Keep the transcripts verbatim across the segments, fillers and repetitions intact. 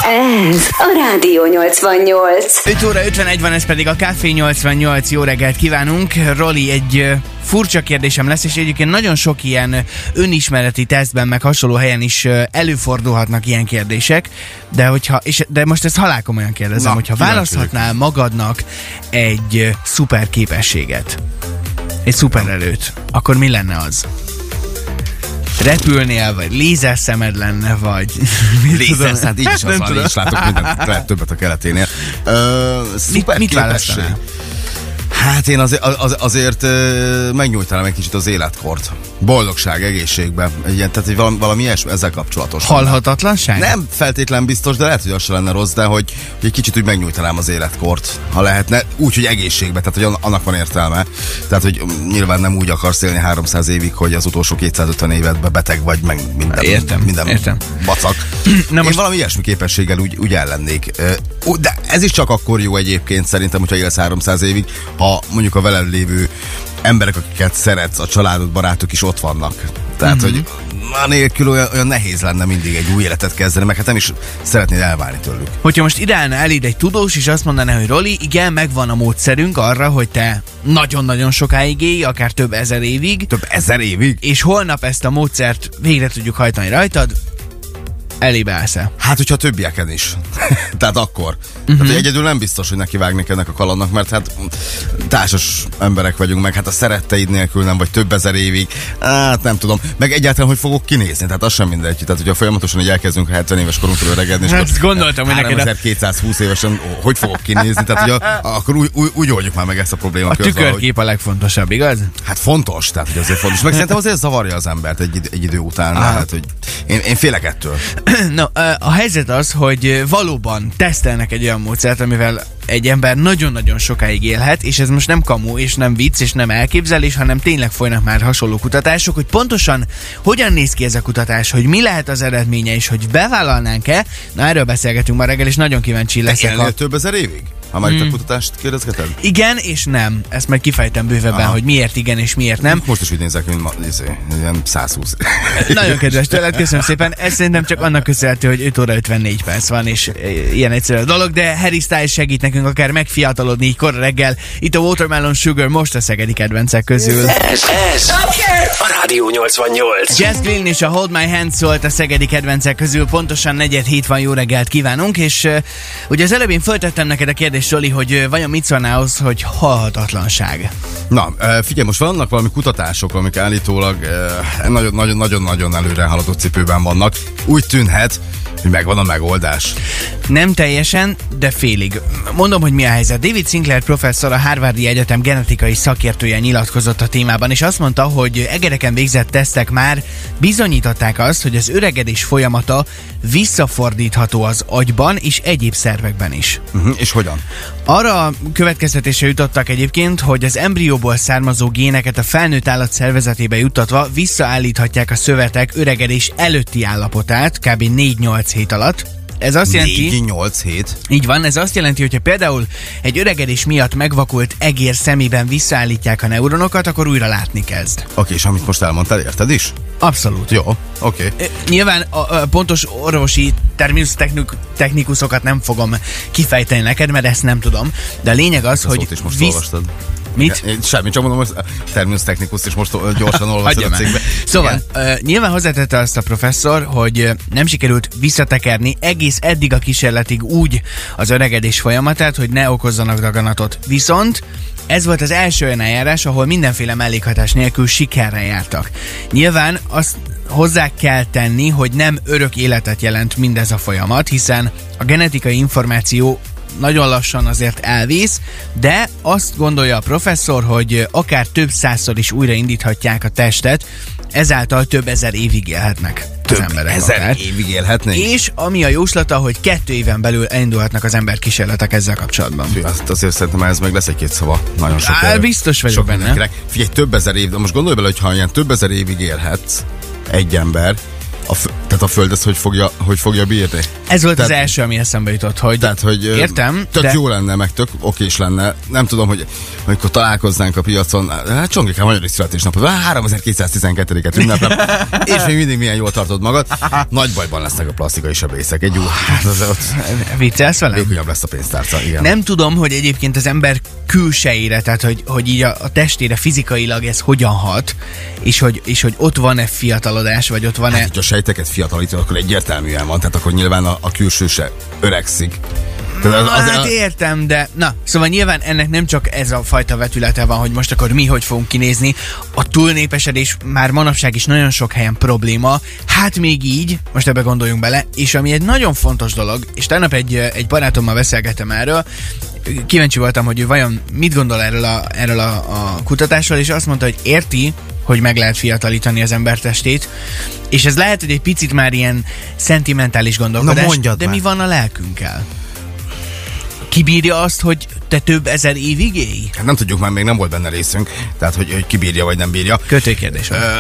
Ez a Rádió nyolcvannyolc. öt óra ötvenegy van, ez pedig a Café nyolcvannyolc. Jó reggelt kívánunk. Roli, egy uh, furcsa kérdésem lesz, és egyébként nagyon sok ilyen önismereti tesztben, meg hasonló helyen is uh, előfordulhatnak ilyen kérdések, de hogyha, és, de most ezt halálkomolyan kérdezem, Na, hogyha választhatnál magadnak egy uh, szuper képességet, egy szuper erőt, akkor mi lenne az? Repülnél, vagy lézerszemed lenne, vagy... Lézerszemed, így is az van, így is látok mindent, lehet többet a keleténél. Ö, mit mit választanál? Hát én azért, az, azért megnyújtanám egy kicsit az életkort. Boldogság, egészségben. Ilyen, tehát valami, valami ilyesmi ezzel kapcsolatos. Halhatatlanság? Nem feltétlen biztos, de lehet, hogy az se lenne rossz, de hogy, hogy egy kicsit úgy megnyújtanám az életkort, ha lehetne. Úgy, hogy egészségben, tehát hogy annak van értelme. Tehát, hogy nyilván nem úgy akarsz élni háromszáz évig, hogy az utolsó kétszázötven évedben beteg vagy, meg minden, értem, minden értem. bacak. Na most... Én valami ilyesmi képességgel úgy, úgy ellennék. De ez is csak akkor jó egyébként szerintem, hogyha élsz háromszáz évig, ha mondjuk a veled lévő emberek, akiket szeretsz, a családod, barátok is ott vannak. Tehát, mm-hmm. hogy anélkül olyan, olyan nehéz lenne mindig egy új életet kezdeni, meg hát nem is szeretnéd elválni tőlük. Hogyha most ideálna eléd egy tudós, és azt mondaná, hogy Roli, igen, megvan a módszerünk arra, hogy te nagyon-nagyon sokáig élj, akár több ezer évig. Több ezer évig? És holnap ezt a módszert végre tudjuk hajtani rajtad, elébe állsz-e? Hát, hogyha többieken is. Tehát akkor. Uh-huh. Hát, egyedül nem biztos, hogy nekivágnék ennek a kalandnak, mert hát társas emberek vagyunk, meg hát a szeretteid nélkül nem vagy több ezer évig. Hát nem tudom. Meg egyáltalán, hogy fogok kinézni. Tehát az sem mindegy. Tehát, hogyha folyamatosan így elkezdünk a hetven éves korunktól öregedni, és ezt gondoltam, hogy neked háromezerkétszázhúsz évesen hogy fogok kinézni. Tehát, hogy a, akkor úgy, úgy, úgy oldjuk már meg ezt a problémát. A tükörkép hogy... a legfontosabb, igaz? Hát fontos, tehát hogy azért fontos. Meg szerintem azért zavarja az embert egy, egy idő után. Hát, hogy én, én félek ettől. No, a helyzet az, hogy valóban tesztelnek egy olyan módszert, amivel egy ember nagyon-nagyon sokáig élhet, és ez most nem kamu, és nem vicc, és nem elképzelés, hanem tényleg folynak már hasonló kutatások, hogy pontosan hogyan néz ki ez a kutatás, hogy mi lehet az eredménye, és hogy bevállalnánk-e. Na, erről beszélgetünk ma reggel, és nagyon kíváncsi leszek. A... több ezer évig? Ha már hmm. itt a kutatást kérdezgeted? Igen és nem. Ezt majd kifejtem bővebben, Aha. hogy miért igen és miért nem. Most is úgy nézek, mint ma, ilyen száz húsz. Nagyon kedves tőled, köszönöm szépen. Ez szerintem csak annak köszönhető, hogy öt óra ötvennégy perc van, és ilyen egyszerű a dolog, de Harry Styles segít nekünk akár megfiatalodni így kora reggel. Itt a Watermelon Sugar most a szegedi kedvencek közül. Ez, ez a Rádió nyolcvannyolc. Jazz Glynn és a Hold My Hand szólt a szegedi kedvencek közül. Pontosan negyed hét van, jó reggelt kívánunk, és uh, ugye az előbb én föltettem neked a kérdést, Zsoli, hogy vajon mit szólnál ahhoz, hogy halhatatlanság? Na, figyelj, most vannak valami kutatások, amik állítólag nagyon-nagyon-nagyon előre haladott cipőben vannak. Úgy tűnhet, hogy megvan a megoldás. Nem teljesen, de félig. Mondom, hogy mi a helyzet. David Sinclair professzor, a Harvardi Egyetem genetikai szakértője nyilatkozott a témában, és azt mondta, hogy egereken végzett tesztek már bizonyították azt, hogy az öregedés folyamata visszafordítható az agyban és egyéb szervekben is. Uh-huh, és hogyan? Arra következtetésre jutottak egyébként, hogy az embrióból származó géneket a felnőtt állat szervezetébe juttatva visszaállíthatják a szövetek öregedés előtti állapotát, kb. négy-nyolc hét alatt. Ez azt jelenti... négy-nyolc hét? Így van, ez azt jelenti, hogyha például egy öregedés miatt megvakult egér szemében visszaállítják a neuronokat, akkor újra látni kezd. Oké, okay, és amit most elmondtál, érted is? Abszolút. Jó, oké. Okay. Nyilván a, a pontos orvosi terminus technikusokat nem fogom kifejteni neked, mert ezt nem tudom. De a lényeg az, a hogy... Szót is most visz... olvastad. Mit? Én semmi, csak mondom, hogy terminus technikus, és most gyorsan olvasod a cégbe. Szóval, uh, nyilván hozzátette azt a professzor, hogy uh, nem sikerült visszatekerni egész eddig a kísérletig úgy az öregedés folyamatát, hogy ne okozzanak daganatot. Viszont ez volt az első olyan eljárás, ahol mindenféle mellékhatás nélkül sikerrel jártak. Nyilván azt hozzá kell tenni, hogy nem örök életet jelent mindez a folyamat, hiszen a genetikai információ nagyon lassan azért elvész, de azt gondolja a professzor, hogy akár több százszor is újraindíthatják a testet, ezáltal több ezer évig élhetnek az emberek. Több ezer akár. évig élhetnek? És ami a jóslata, hogy kettő éven belül elindulhatnak az emberkísérletek ezzel kapcsolatban. Fű, azt azért szerintem ez meg lesz egy-két szava. Nagyon sok. Á, biztos vagyok benne. Mindenkinek. Figyelj, több ezer év, de most gondolj bele, hogy ha ilyen több ezer évig élhetsz egy ember, a f- tehát a Föld ezt hogy fogja, hogy fogja bírni? Ez volt tehát, az első, ami eszembe jutott, hogy, tehát, hogy értem. Tök de... jó lenne, meg tök okés lenne. Nem tudom, hogy amikor találkoznánk a piacon, hát Csongikán magyar születésnapot, háromezer-kétszáztizenkettőt ünneplem, és még mindig milyen jól tartod magad. Nagy bajban lesznek a plastikai sebészek. Egy jó, hát az ott viccelsz velem? vékonyabb lesz a pénztárca, igen. Nem tudom, hogy egyébként az ember külsejére, tehát hogy, hogy így a, a testére fizikailag ez hogyan hat, és hogy, és hogy ott van-e fiatalodás, vagy ott van-e... Hát, hogyha a sejteket fiatalítod, akkor egyértelműen van, tehát akkor nyilván a, a külső se öregszik. Az, az, hát értem, de na, szóval nyilván ennek nem csak ez a fajta vetülete van, hogy most akkor mi hogy fogunk kinézni. A túlnépesedés már manapság is nagyon sok helyen probléma, hát még így, most ebbe gondoljunk bele, és ami egy nagyon fontos dolog, és tegnap egy, egy barátommal beszélgettem erről, kíváncsi voltam, hogy ő vajon mit gondol erről a, erről a, a kutatásról, és azt mondta, hogy érti, hogy meg lehet fiatalítani az ember testét, és ez lehet, hogy egy picit már ilyen szentimentális gondolkodás, de már. Mi van a lelkünkkel? Kibírja azt, hogy te több ezer évig élj? Hát nem tudjuk, már még nem volt benne részünk, tehát hogy, hogy kibírja vagy nem bírja. Kötőkérdés van. Ö,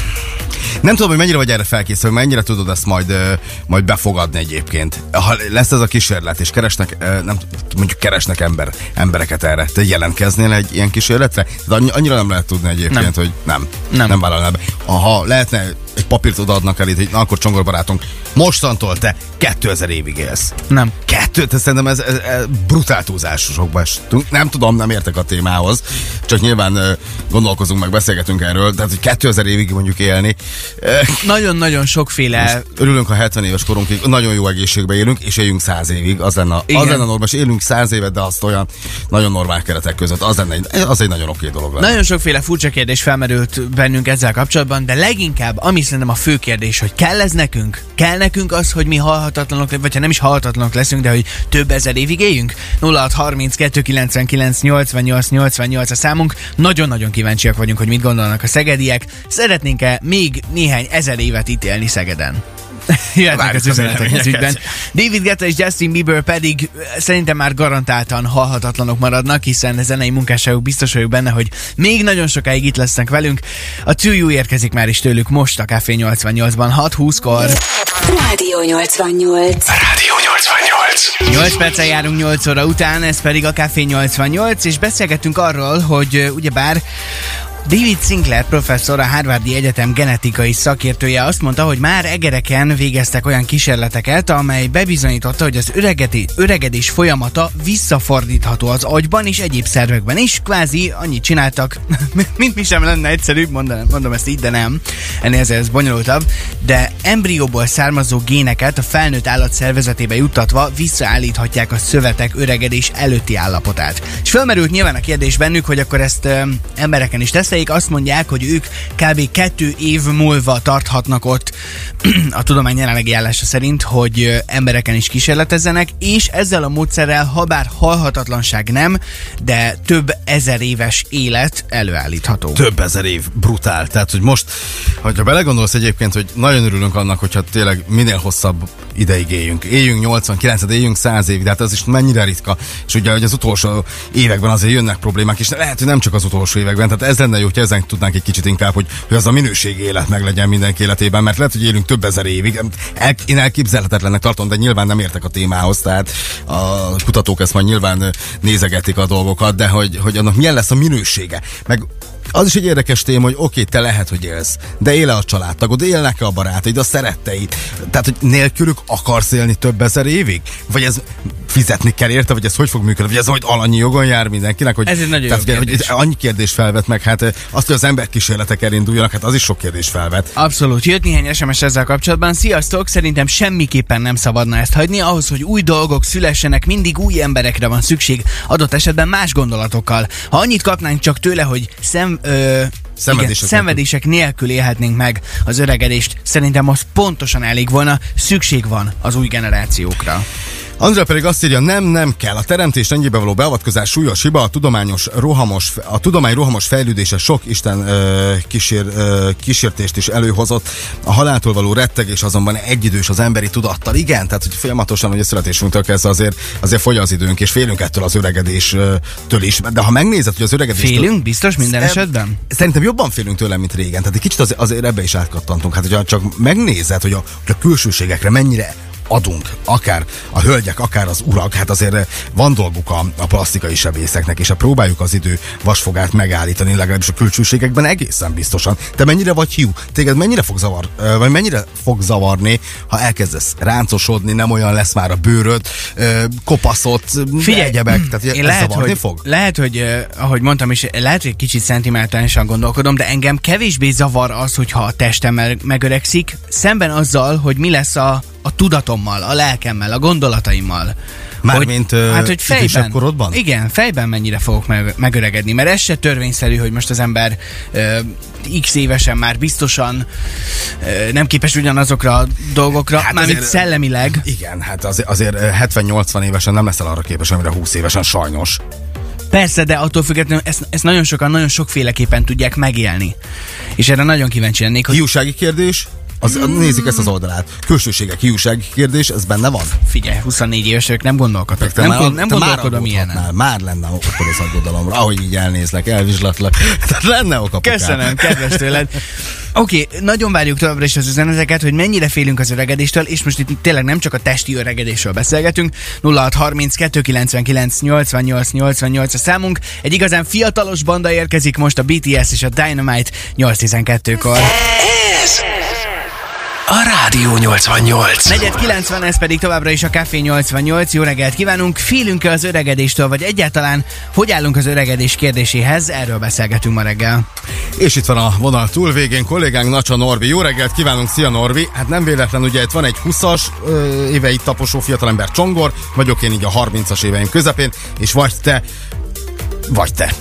nem tudom, hogy mennyire vagy erre felkészülve, mennyire tudod ezt majd, majd befogadni egyébként. Ha lesz ez a kísérlet, és keresnek, nem, mondjuk keresnek ember, embereket erre, te jelentkeznél egy ilyen kísérletre? Tehát annyira nem lehet tudni egyébként, nem. hogy nem, nem, nem vállalnál be. Ha lehetne egy papírt odaadnak elé, hogy na, akkor Csongor barátunk, mostantól te kétezer évig élsz. Nem. Kettő, te szerintem ez, ez, ez brutál túlzásokba estünk. Nem tudom, nem értek a témához, csak nyilván uh, gondolkozunk meg, beszélgetünk erről, tehát hogy kétezer évig mondjuk élni. Nagyon-nagyon sokféle... Most örülünk, ha hetven éves korunkig nagyon jó egészségben élünk, és éljünk száz évig, az lenne, az lenne normális, élünk száz évet, de azt olyan nagyon normál keretek között, az lenne, az egy nagyon oké dolog lenne. Nagyon sokféle furcsa kérdés felmerült bennünk ezzel kapcsolatban, de leginkább, ami szerintem a fő kérdés, hogy kell ez nekünk? Kell nekünk az, hogy mi halhatatlanok, vagy ha nem is halhatatlanok leszünk, de hogy több ezer évig éljünk? nulla hat harminckettő kilencvenkilenc nyolcvannyolc nyolcvannyolc a számunk. Nagyon-nagyon kíváncsiak vagyunk, hogy mit gondolnak a szegediek. Szeretnénk-e még néhány ezer évet itt élni Szegeden? Jöhetnek az üzenetek az ügyben. David Guetta és Justin Bieber pedig szerintem már garantáltan halhatatlanok maradnak, hiszen a zenei munkásságuk biztos vagyok benne, hogy még nagyon sokáig itt lesznek velünk. A To You érkezik már is tőlük most a Café nyolcvannyolcban hat húszkor. Rádió nyolcvannyolc. Rádió nyolcvannyolc. nyolc perccel járunk nyolc óra után, ez pedig a Café nyolcvannyolc, és beszélgettünk arról, hogy ugyebár David Sinclair professzor, a Harvardi Egyetem genetikai szakértője azt mondta, hogy már egereken végeztek olyan kísérleteket, amely bebizonyította, hogy az öregedés, öregedés folyamata visszafordítható az agyban és egyéb szervekben is. Kvázi annyit csináltak, mint mi sem lenne egyszerűbb, mondom, mondom ezt így, de nem. Ennél ez bonyolultabb. De embrióból származó géneket a felnőtt állat szervezetébe juttatva visszaállíthatják a szövetek öregedés előtti állapotát. És felmerült nyilván a kérdés bennük, hogy akkor ezt ö, embereken is tesz. Azt mondják, hogy ők kb. kettő év múlva tarthatnak ott a tudomány jelenlegi állása szerint, hogy embereken is kísérletezzenek, és ezzel a módszerrel, ha bár halhatatlanság nem, de több ezer éves élet előállítható. Több ezer év, brutál. Tehát, hogy most, hogyha belegondolsz egyébként, hogy nagyon örülünk annak, hogyha tényleg minél hosszabb ideig éljünk. Éljünk nyolcvankilenc, de éljünk száz évig, de hát ez is mennyire ritka. És ugye, hogy az utolsó években azért jönnek problémák, és lehet, hogy nem csak az utolsó években, tehát ez lenne jó, hogyha ezen tudnánk egy kicsit inkább, hogy, hogy az a minőségi élet meg legyen mindenki életében, mert lehet, hogy élünk több ezer évig. El, én elképzelhetetlennek tartom, de nyilván nem értek a témához, tehát a kutatók ezt majd nyilván nézegetik a dolgokat, de hogy, hogy annak milyen lesz a minősége. Meg az is egy érdekes téma, hogy oké, okay, te lehet, hogy élsz, de él-e a családtagod, élnek-e a barátaid, a szeretteid? Tehát, hogy nélkülük akarsz élni több ezer évig? Vagy ez fizetni kell érte, vagy ez hogy fog működni? Vagy ez majd alanyi jogon jár mindenkinek? Hogy, ez egy nagyon tehát, jó kérdés. Hogy annyi kérdés felvet meg, hát azt, hogy az ember kísérletek elinduljanak, hát az is sok kérdés felvet. Abszolút. Jött néhány es em es ezzel kapcsolatban. Sziasztok! Szerintem semmiképpen nem szabadna ezt hagyni. Ahhoz, hogy új dolgok szülessenek, mindig új emberekre van szükség, adott esetben más gondolatokkal. Ha annyit kapnánk csak tőle, hogy szem Ö, Szenvedések, igen, szenvedések nélkül élhetnénk meg az öregedést. Szerintem az pontosan elég volna, szükség van az új generációkra. Andrea pedig azt írja, nem, nem kell. A teremtés rendjébe való beavatkozás súlyos hiba, a tudományos rohamos, a tudomány rohamos fejlődése sok Isten ö, kísér, ö, kísértést is előhozott. A haláltól való rettegés azonban egyidős az emberi tudattal. Igen, tehát hogy folyamatosan, hogy a születésünktől kezdve azért, azért fogy az időnk, és félünk ettől az öregedéstől is. De ha megnézed, hogy az öregedéstől... Félünk? Biztos minden esetben? Szerintem jobban félünk tőle, mint régen. Tehát egy kicsit azért, azért ebbe is átkattantunk. Hát, hogyha csak megnézed, hogy a, hogy a külsőségekre mennyire adunk, akár a hölgyek, akár az urak, hát azért van dolguk a, a plastikai sebészeknek, és ha próbáljuk az idő vasfogát megállítani, legalábbis a külsőségekben egészen biztosan. Te mennyire vagy hiú? Téged mennyire fog zavar, vagy mennyire fog zavarni, ha elkezdesz ráncosodni, nem olyan lesz már a bőröd, kopaszot, figyelj, egyebek, tehát én ez lehet, zavarni hogy, fog? Lehet, hogy ahogy mondtam is, lehet, hogy kicsit szentimentálisan gondolkodom, de engem kevésbé zavar az, hogyha a testem megöregszik, szemben azzal, hogy mi lesz a, a tudatommal, a lelkemmel, a gondolataimmal. Mármint hát, hogy fejben, korodban? Igen, fejben mennyire fogok meg, megöregedni, mert ez se törvényszerű, hogy most az ember ö, x évesen már biztosan ö, nem képes ugyanazokra a dolgokra, hát mármint szellemileg. Igen, hát azért, azért hetven-nyolcvan évesen nem leszel arra képes, amire húsz évesen, sajnos. Persze, de attól függetlenül ezt, ezt nagyon sokan, nagyon sokféleképpen tudják megélni. És erre nagyon kíváncsi lennék, hogy... Hiúsági kérdés? Az, mm. Nézzük ezt az oldalát. Külsőségek, hiúsági kérdés, ez benne van? Figyelj, huszonnégy évesek nem gondolkodok. Nem, már, nem gondolkodom ilyenen. Már lenne okod az aggodalomra, ahogy így elnézlek, elvizslatlak. Tehát lenne ok apukám. Köszönöm, kedves tőled. Oké, okay, nagyon várjuk továbbra is az üzeneteket, hogy mennyire félünk az öregedéstől, és most itt tényleg nem csak a testi öregedésről beszélgetünk. nulla hat harminc kettő kilencvenkilenc nyolcvannyolc nyolcvannyolc a számunk. Egy igazán fiatalos banda érkezik most, a bé té es és a Dynamite nyolc tizenkettőkor. Ez a Rádió nyolcvannyolc. negyven kilencven, ez pedig továbbra is a Café nyolcvannyolc. Jó reggelt kívánunk! Félünk-e az öregedéstől, vagy egyáltalán hogy állunk az öregedés kérdéséhez? Erről beszélgetünk ma reggel. És itt van a vonal túlvégén kollégánk, Nacsa Norbi. Jó reggelt kívánunk, szia Norbi! Hát nem véletlen, ugye itt van egy húszas ö, éveit taposó fiatalember, Csongor, vagyok én így a harmincas éveim közepén, és vagy te Vagy te.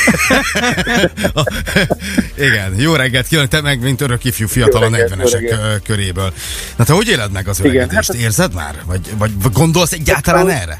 Igen, jó reggelt kívánok, te meg mint örök ifjú fiatal a negyvenesek köréből. Na te hogy éled meg az öregedést? Hát, érzed már? Vagy, vagy gondolsz egyáltalán erre?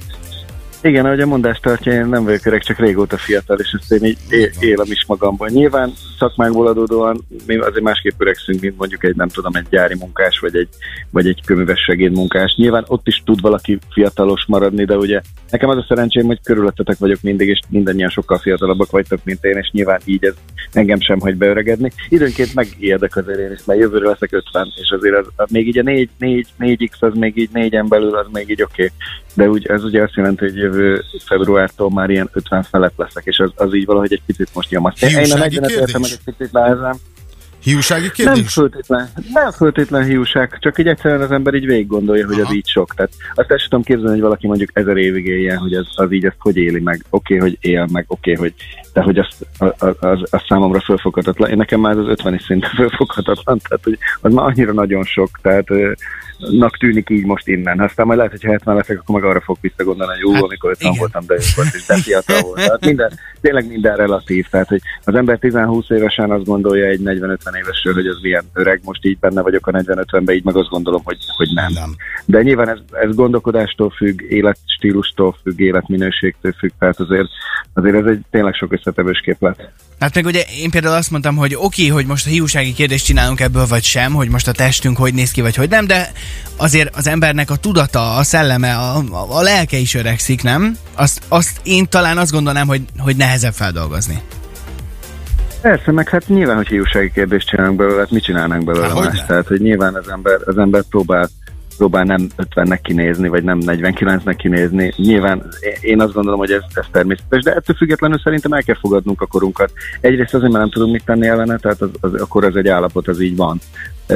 Igen, ahogy a mondás tartja, én nem vagyok öreg, csak régóta fiatal, és ezt én így é- élem is magamban. Nyilván szakmánkból adódóan mi azért másképp öregszünk, mint mondjuk egy, nem tudom, egy gyári munkás, vagy egy, vagy egy köműves segédmunkás. Nyilván ott is tud valaki fiatalos maradni, de ugye nekem az a szerencsém, hogy körülöttetek vagyok mindig, és mindannyian sokkal fiatalabbak vagytok, mint én, és nyilván így ez engem sem hagy beöregedni. Időnként megijedek azért én is, mert jövőre leszek ötven, és azért az, az, még így a négy, négy, négy x az még így négyen belül, az még így oké. Okay. De úgy, ez ugye azt jelenti, hogy jövő februártól már ilyen ötven felett leszek, és az, az így valahogy egy picit most nyomaszt. Én a negyvenet értem meg egy picit lehezem. Hiúsági kérdés? Nem föltétlen, nem föltétlen hiúság, csak így egyszerűen az ember így végig gondolja, hogy Aha. az így sok. Tehát azt el sem tudom képzelni, hogy valaki mondjuk ezer évig éljen, hogy az, az így ezt hogy éli meg. Oké, okay, hogy él meg, oké, okay, hogy de hogy azt, az, az, az számomra fölfoghatatlan. Én nekem már az ötven is szinte fölfoghatatlan, tehát hogy az már annyira nagyon sok, tehát nak tűnik így most innen. Aztán majd lehet, hogy hetven leszek, akkor meg arra fog visszagondolni, hogy jó, hát, amikor ötven voltam, de jó volt, és de fiatal volt. Tehát minden, tényleg minden relatív. Tehát, hogy az ember tíz-húsz évesen azt gondolja egy negyven-ötven évesről, hogy az milyen öreg, most így benne vagyok a negyven-ötvenben, így meg azt gondolom, hogy, hogy nem. nem. De nyilván ez, ez gondolkodástól függ, életstílustól függ, életminőségtől függ, tehát azért, azért ez egy tényleg sok összetevős képlet. Hát meg ugye én például azt mondtam, hogy oké, okay, hogy most a hiúsági kérdést csinálunk ebből vagy sem, hogy most a testünk hogy néz ki vagy hogy nem, de azért az embernek a tudata, a szelleme, a, a, a lelke is öregszik, nem? Azt, azt én talán azt gondolnám, hogy, hogy nehezebb feldolgozni. Persze, meg hát nyilván, hogy hiúsági kérdést csinálunk belőle, hát mit csinálnánk belőle hát, más? Tehát, hogy nyilván az ember, az ember próbál próbál nem ötvennek kinézni, vagy nem negyvenkilencnek kinézni. Nyilván én azt gondolom, hogy ez, ez természetes, de ettől függetlenül szerintem el kell fogadnunk a korunkat. Egyrészt azért, mert nem tudunk mit tenni ellene, tehát az, az, akkor ez egy állapot, az így van.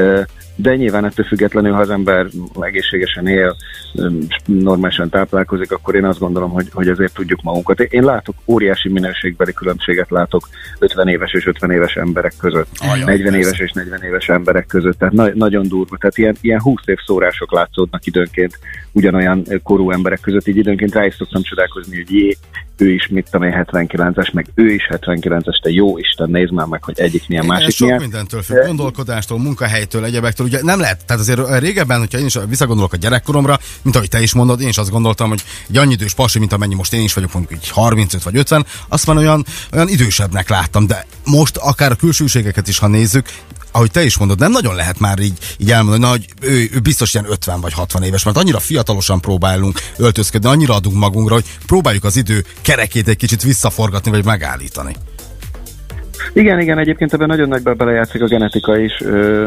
De nyilván ettől függetlenül, ha az ember egészségesen él, normálisan táplálkozik, akkor én azt gondolom, hogy, hogy ezért tudjuk magunkat. Én látok óriási minőségbeli különbséget látok ötven éves és ötven éves emberek között, Ajaj, negyven persze. éves és negyven éves emberek között, tehát na- nagyon durva. Tehát ilyen, ilyen húsz év szórások látszódnak időnként ugyanolyan korú emberek között, így időnként rá is szoktam csodálkozni, hogy jé, ő is mit tudom én hetvenkilences, meg ő is hetvenkilences, te jó Isten, nézd már meg, hogy egyik milyen, másik sok milyen. Mindentől függ, gondolkodástól, munkahelytől, egyebektől, ugye nem lehet, tehát azért régebben, hogyha én is visszagondolok a gyerekkoromra, mint ahogy te is mondod, én is azt gondoltam, hogy egy annyi idős pasi, mint amennyi most én is vagyok, mondjuk így harmincöt vagy ötven, azt már olyan, olyan idősebbnek láttam, de most akár a külsőségeket is, ha nézzük, ahogy te is mondod, nem nagyon lehet már így, így elmondani, na, hogy ő, ő biztos ilyen ötven vagy hatvan éves, mert annyira fiatalosan próbálunk öltözködni, annyira adunk magunkra, hogy próbáljuk az idő kerekét egy kicsit visszaforgatni, vagy megállítani. Igen, igen, egyébként ebben nagyon nagyban belejátszik a genetika is.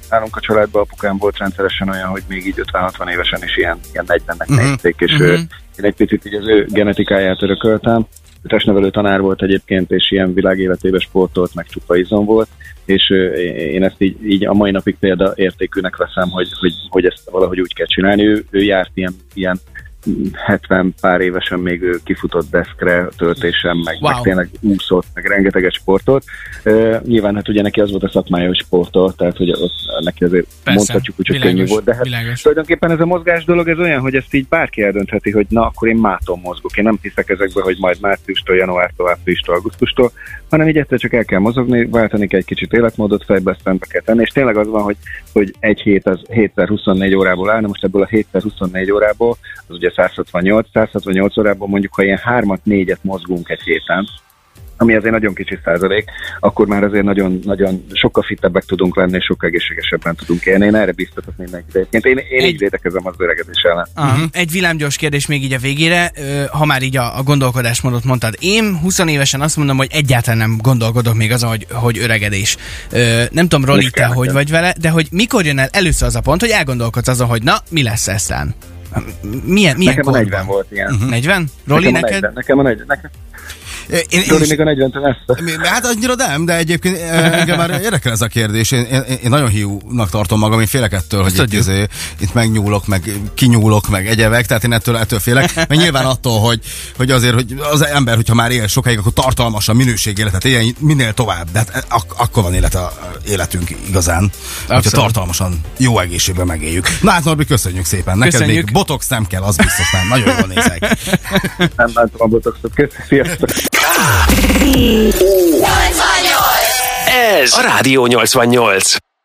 nálunk a családban apukám volt rendszeresen olyan, hogy még így ötven-hatvan évesen is ilyen, ilyen negyvennek uh-huh. nézték, és uh-huh. én egy picit így az ő genetikáját örököltem. Testnevelő tanár volt egyébként, és ilyen világéletében sportolt, meg csupa izom volt, és én ezt így, így a mai napig példaértékűnek veszem, hogy, hogy, hogy ezt valahogy úgy kell csinálni. Ő, ő járt ilyen, ilyen hetven pár évesen még ő kifutott deszkre, töltésen, meg, wow. meg tényleg úszott, meg rengeteget sportolt. Uh, nyilván hát ugye neki az volt a szakmája, hogy sportol, tehát hogy ott neki azért persze, mondhatjuk úgy, hogy könnyű volt, de hát világos. Tulajdonképpen ez a mozgás dolog, ez olyan, hogy ezt így bárki eldöntheti, hogy na, akkor én máton mozgok. Én nem hiszek ezekbe, hogy majd márciustól, januártól, áprilistól, augusztustól, hanem így egyszer csak el kell mozogni, váltani kell egy kicsit életmódot, fejbe szembe kell tenni, és tényleg az van, hogy, hogy egy hét az hétszer huszonnégy órából áll, most ebből a hétszer huszonnégy órából, az ugye száz hatvannyolc, száz hatvannyolc órából mondjuk, ha ilyen hármat, négyet mozgunk egy héten, ami azért nagyon kicsi százalék, akkor már azért nagyon, nagyon sokkal fittebbek tudunk lenni, és sokkal egészségesebben tudunk élni. Én erre biztatok mindenkit. Egyébként én, én egy... így védekezem az öregedés ellen. Uh-huh. Egy villámgyors kérdés még így a végére, ha már így a, a gondolkodásmódot mondtad. Én húsz évesen azt mondom, hogy egyáltalán nem gondolkodok még azon, hogy, hogy öregedés. Nem tudom, Roli, te hogy vagy vele, de hogy mikor jön el először az a pont, hogy elgondolkodsz azon, hogy na, mi lesz eztán? Milyen, milyen nekem a negyven volt ilyen. Uh-huh. negyven? Roli, nekem neked? A nekem a negyven. Nekem... Én, én Roli is... még a negyventől ezt. Hát annyira nem, de egyébként engem már érdekel ez a kérdés. Én, én, én nagyon hiúnak tartom magam, én félek ettől, hogy itt, izé, itt megnyúlok, meg kinyúlok, meg egyebek, tehát én ettől, ettől félek. Meg nyilván attól, hogy, hogy azért, hogy az ember, hogyha már él sokáig, akkor tartalmasan minőségéletet éljen minél tovább, de hát ak- akkor van élet a életünk igazán, abszolút. Hogyha tartalmasan jó egészségben megéljük. Na hát Norbi, köszönjük szépen. Neked köszönjük. Még botox nem kell, az biztos nem. Nagyon jól nézek. Nem látom a botoxot. Köszönjük. Sziasztok. Ez a Rádió nyolcvannyolc.